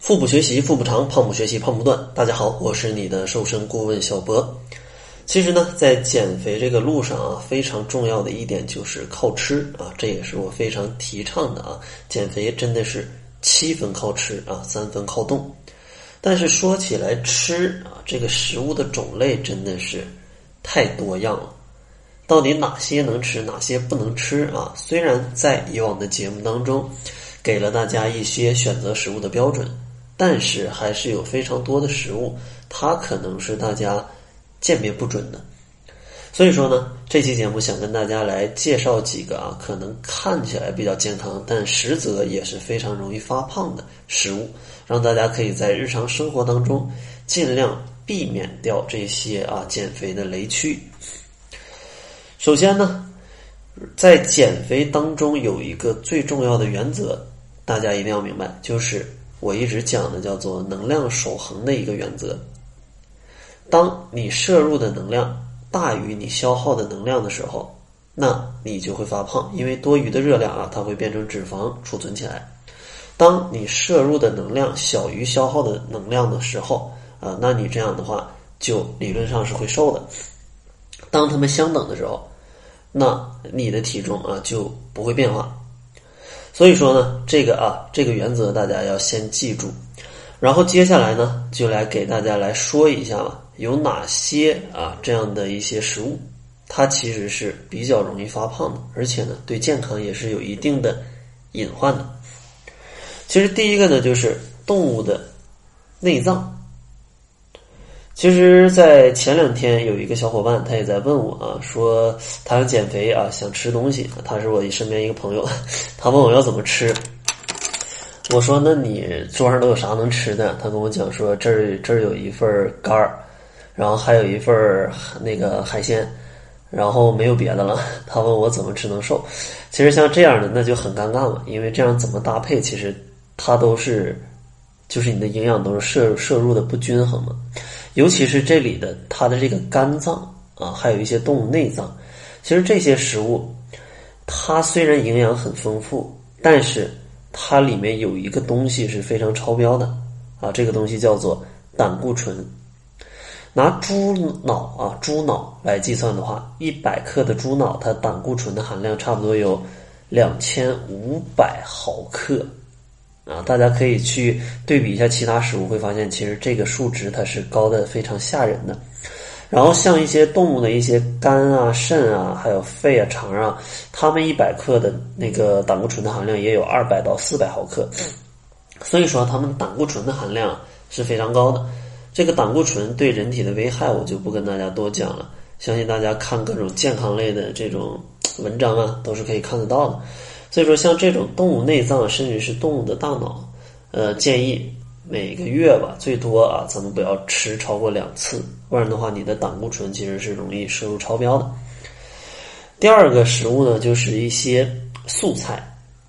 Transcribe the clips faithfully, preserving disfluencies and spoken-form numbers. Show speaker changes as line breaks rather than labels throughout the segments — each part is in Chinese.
腹部学习腹部长，胖不学习胖不断。大家好，我是你的瘦身顾问小博。其实呢，在减肥这个路上啊，非常重要的一点就是靠吃啊，这也是我非常提倡的啊。减肥真的是七分靠吃啊，三分靠动。但是说起来吃啊，这个食物的种类真的是太多样了。到底哪些能吃，哪些不能吃啊？虽然在以往的节目当中给了大家一些选择食物的标准，但是还是有非常多的食物，它可能是大家鉴别不准的。所以说呢，这期节目想跟大家来介绍几个啊，可能看起来比较健康，但实则也是非常容易发胖的食物，让大家可以在日常生活当中尽量避免掉这些啊减肥的雷区。首先呢，在减肥当中有一个最重要的原则，大家一定要明白，就是我一直讲的叫做能量守恒的一个原则。当你摄入的能量大于你消耗的能量的时候，那你就会发胖，因为多余的热量啊，它会变成脂肪储存起来。当你摄入的能量小于消耗的能量的时候啊，那你这样的话就理论上是会瘦的。当它们相等的时候，那你的体重啊就不会变化。所以说呢，这个啊这个原则大家要先记住。然后接下来呢，就来给大家来说一下吧，有哪些啊这样的一些食物，它其实是比较容易发胖的，而且呢对健康也是有一定的隐患的。其实第一个呢，就是动物的内脏。其实在前两天有一个小伙伴，他也在问我啊，说他想减肥啊，想吃东西，他是我身边一个朋友，他问我要怎么吃。我说那你桌上都有啥能吃的？他跟我讲说这儿这儿有一份肝儿，然后还有一份那个海鲜，然后没有别的了。他问我怎么吃能瘦。其实像这样的那就很尴尬嘛，因为这样怎么搭配，其实它都是就是你的营养都是摄摄入的不均衡嘛。尤其是这里的它的这个肝脏啊，还有一些动物内脏，其实这些食物它虽然营养很丰富，但是它里面有一个东西是非常超标的啊，这个东西叫做胆固醇。拿猪脑啊猪脑来计算的话，一百克的猪脑它胆固醇的含量差不多有两千五百毫克啊，大家可以去对比一下其他食物，会发现其实这个数值它是高的非常吓人的。然后像一些动物的一些肝啊、肾啊，还有肺啊、肠啊，它们一百克的那个胆固醇的含量也有二百到四百毫克，所以说它们胆固醇的含量是非常高的。这个胆固醇对人体的危害我就不跟大家多讲了，相信大家看各种健康类的这种文章啊，都是可以看得到的。所以说像这种动物内脏甚至是动物的大脑，呃，建议每个月吧，最多啊，咱们不要吃超过两次，不然的话，你的胆固醇其实是容易摄入超标的。第二个食物呢，就是一些素菜。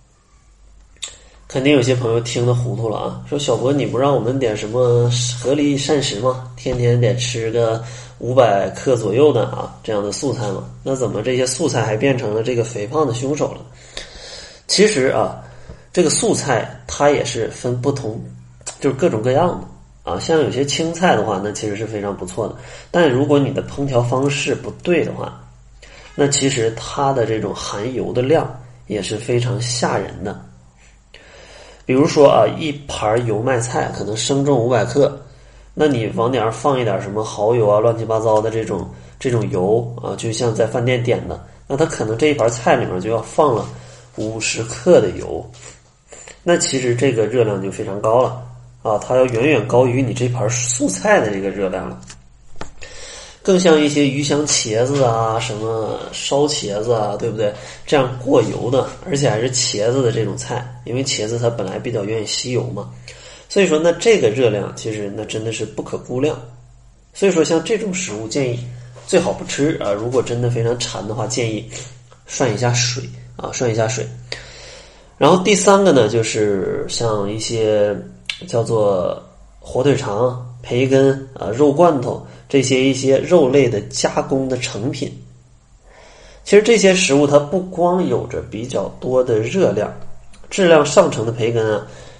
肯定有些朋友听得糊涂了啊，说小博你不让我们点什么合理膳食吗？天天得吃个五百克左右的啊这样的素菜吗？那怎么这些素菜还变成了这个肥胖的凶手了？其实啊，这个素菜它也是分不同，就是各种各样的啊。像有些青菜的话，那其实是非常不错的。但如果你的烹调方式不对的话，那其实它的这种含油的量也是非常吓人的。比如说啊，一盘油麦菜可能生重五百克，那你往顶上放一点什么蚝油啊、乱七八糟的这种这种油啊，就像在饭店点的，那它可能这一盘菜里面就要放了五十克的油，那其实这个热量就非常高了啊，它要远远高于你这盘素菜的这个热量了。更像一些鱼香茄子啊，什么烧茄子啊，对不对？这样过油的，而且还是茄子的这种菜，因为茄子它本来比较愿意吸油嘛，所以说那这个热量其实那真的是不可估量。所以说像这种食物建议最好不吃啊，如果真的非常馋的话，建议涮一下水啊，涮一下水。然后第三个呢，就是像一些叫做火腿肠、培根啊、肉罐头这些一些肉类的加工的成品。其实这些食物它不光有着比较多的热量，质量上乘的培根啊，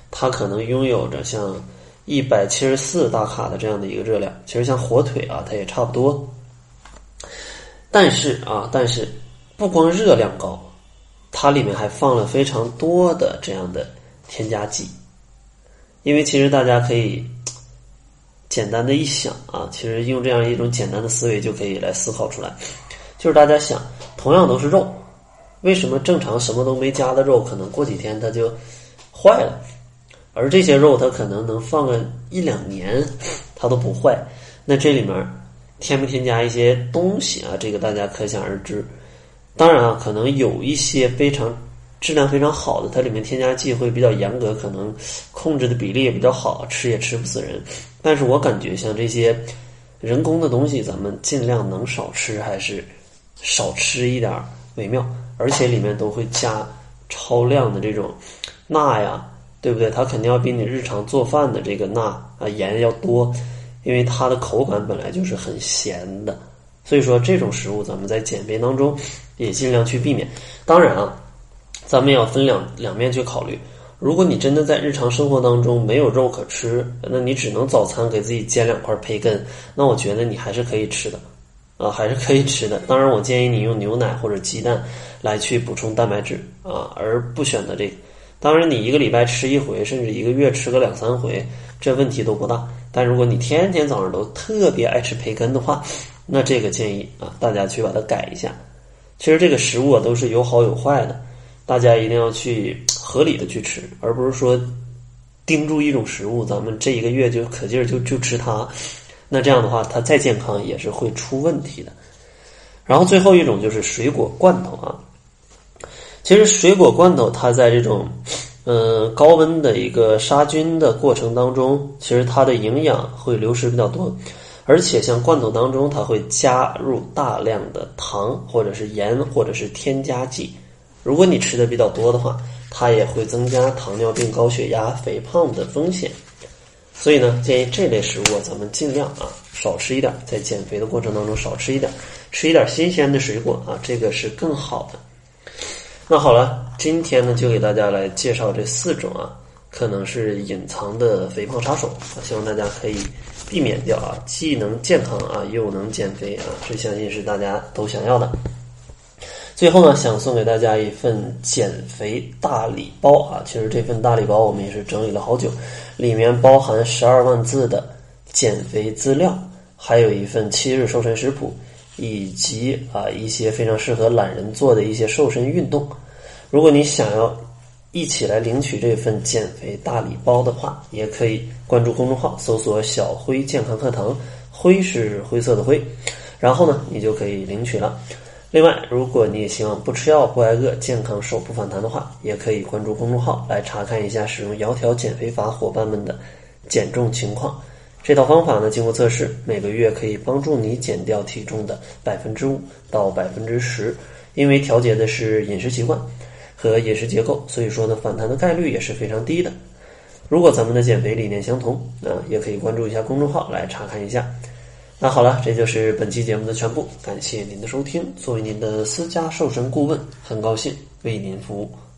它可能拥有着像一百七十四大卡的这样的一个热量。其实像火腿啊，它也差不多。但是啊，但是不光热量高，它里面还放了非常多的这样的添加剂。因为其实大家可以简单的一想啊，其实用这样一种简单的思维就可以来思考出来。就是大家想，同样都是肉，为什么正常什么都没加的肉可能过几天它就坏了，而这些肉它可能能放个一两年它都不坏？那这里面添不添加一些东西啊，这个大家可想而知。当然啊，可能有一些非常质量非常好的，它里面添加剂会比较严格，可能控制的比例也比较好，吃也吃不死人。但是我感觉像这些人工的东西，咱们尽量能少吃还是少吃一点为妙。而且里面都会加超量的这种钠呀，对不对？它肯定要比你日常做饭的这个钠啊盐要多，因为它的口感本来就是很咸的。所以说这种食物咱们在减肥当中也尽量去避免。当然啊，咱们要分两两面去考虑。如果你真的在日常生活当中没有肉可吃，那你只能早餐给自己煎两块培根，那我觉得你还是可以吃的啊，还是可以吃的。当然我建议你用牛奶或者鸡蛋来去补充蛋白质啊，而不选择这个。当然你一个礼拜吃一回，甚至一个月吃个两三回，这问题都不大。但如果你天天早上都特别爱吃培根的话，那这个建议啊，大家去把它改一下。其实这个食物啊都是有好有坏的，大家一定要去合理的去吃，而不是说盯住一种食物，咱们这一个月就可劲儿就就吃它，那这样的话它再健康也是会出问题的。然后最后一种就是水果罐头啊，其实水果罐头它在这种嗯、呃、高温的一个杀菌的过程当中，其实它的营养会流失比较多，而且像罐头当中它会加入大量的糖或者是盐或者是添加剂，如果你吃的比较多的话，它也会增加糖尿病、高血压、肥胖的风险。所以呢，建议这类食物咱们尽量啊少吃一点，在减肥的过程当中少吃一点，吃一点新鲜的水果啊，这个是更好的。那好了，今天呢就给大家来介绍这四种啊，可能是隐藏的肥胖杀手啊，希望大家可以避免掉啊，既能健康啊，又能减肥啊，这相信是大家都想要的。最后呢，想送给大家一份减肥大礼包啊！其实这份大礼包我们也是整理了好久，里面包含十二万字的减肥资料，还有一份七日瘦身食谱，以及啊一些非常适合懒人做的一些瘦身运动。如果你想要一起来领取这份减肥大礼包的话，也可以关注公众号，搜索小辉健康课堂，辉是灰色的灰，然后呢你就可以领取了。另外，如果你也希望不吃药不挨饿，健康瘦不反弹的话，也可以关注公众号来查看一下使用窈窕减肥法伙伴们的减重情况。这套方法呢，经过测试，每个月可以帮助你减掉体重的百分之五到百分之十，因为调节的是饮食习惯和饮食结构，所以说呢，反弹的概率也是非常低的。如果咱们的减肥理念相同，啊，也可以关注一下公众号来查看一下。那好了，这就是本期节目的全部，感谢您的收听。作为您的私家瘦身顾问，很高兴为您服务。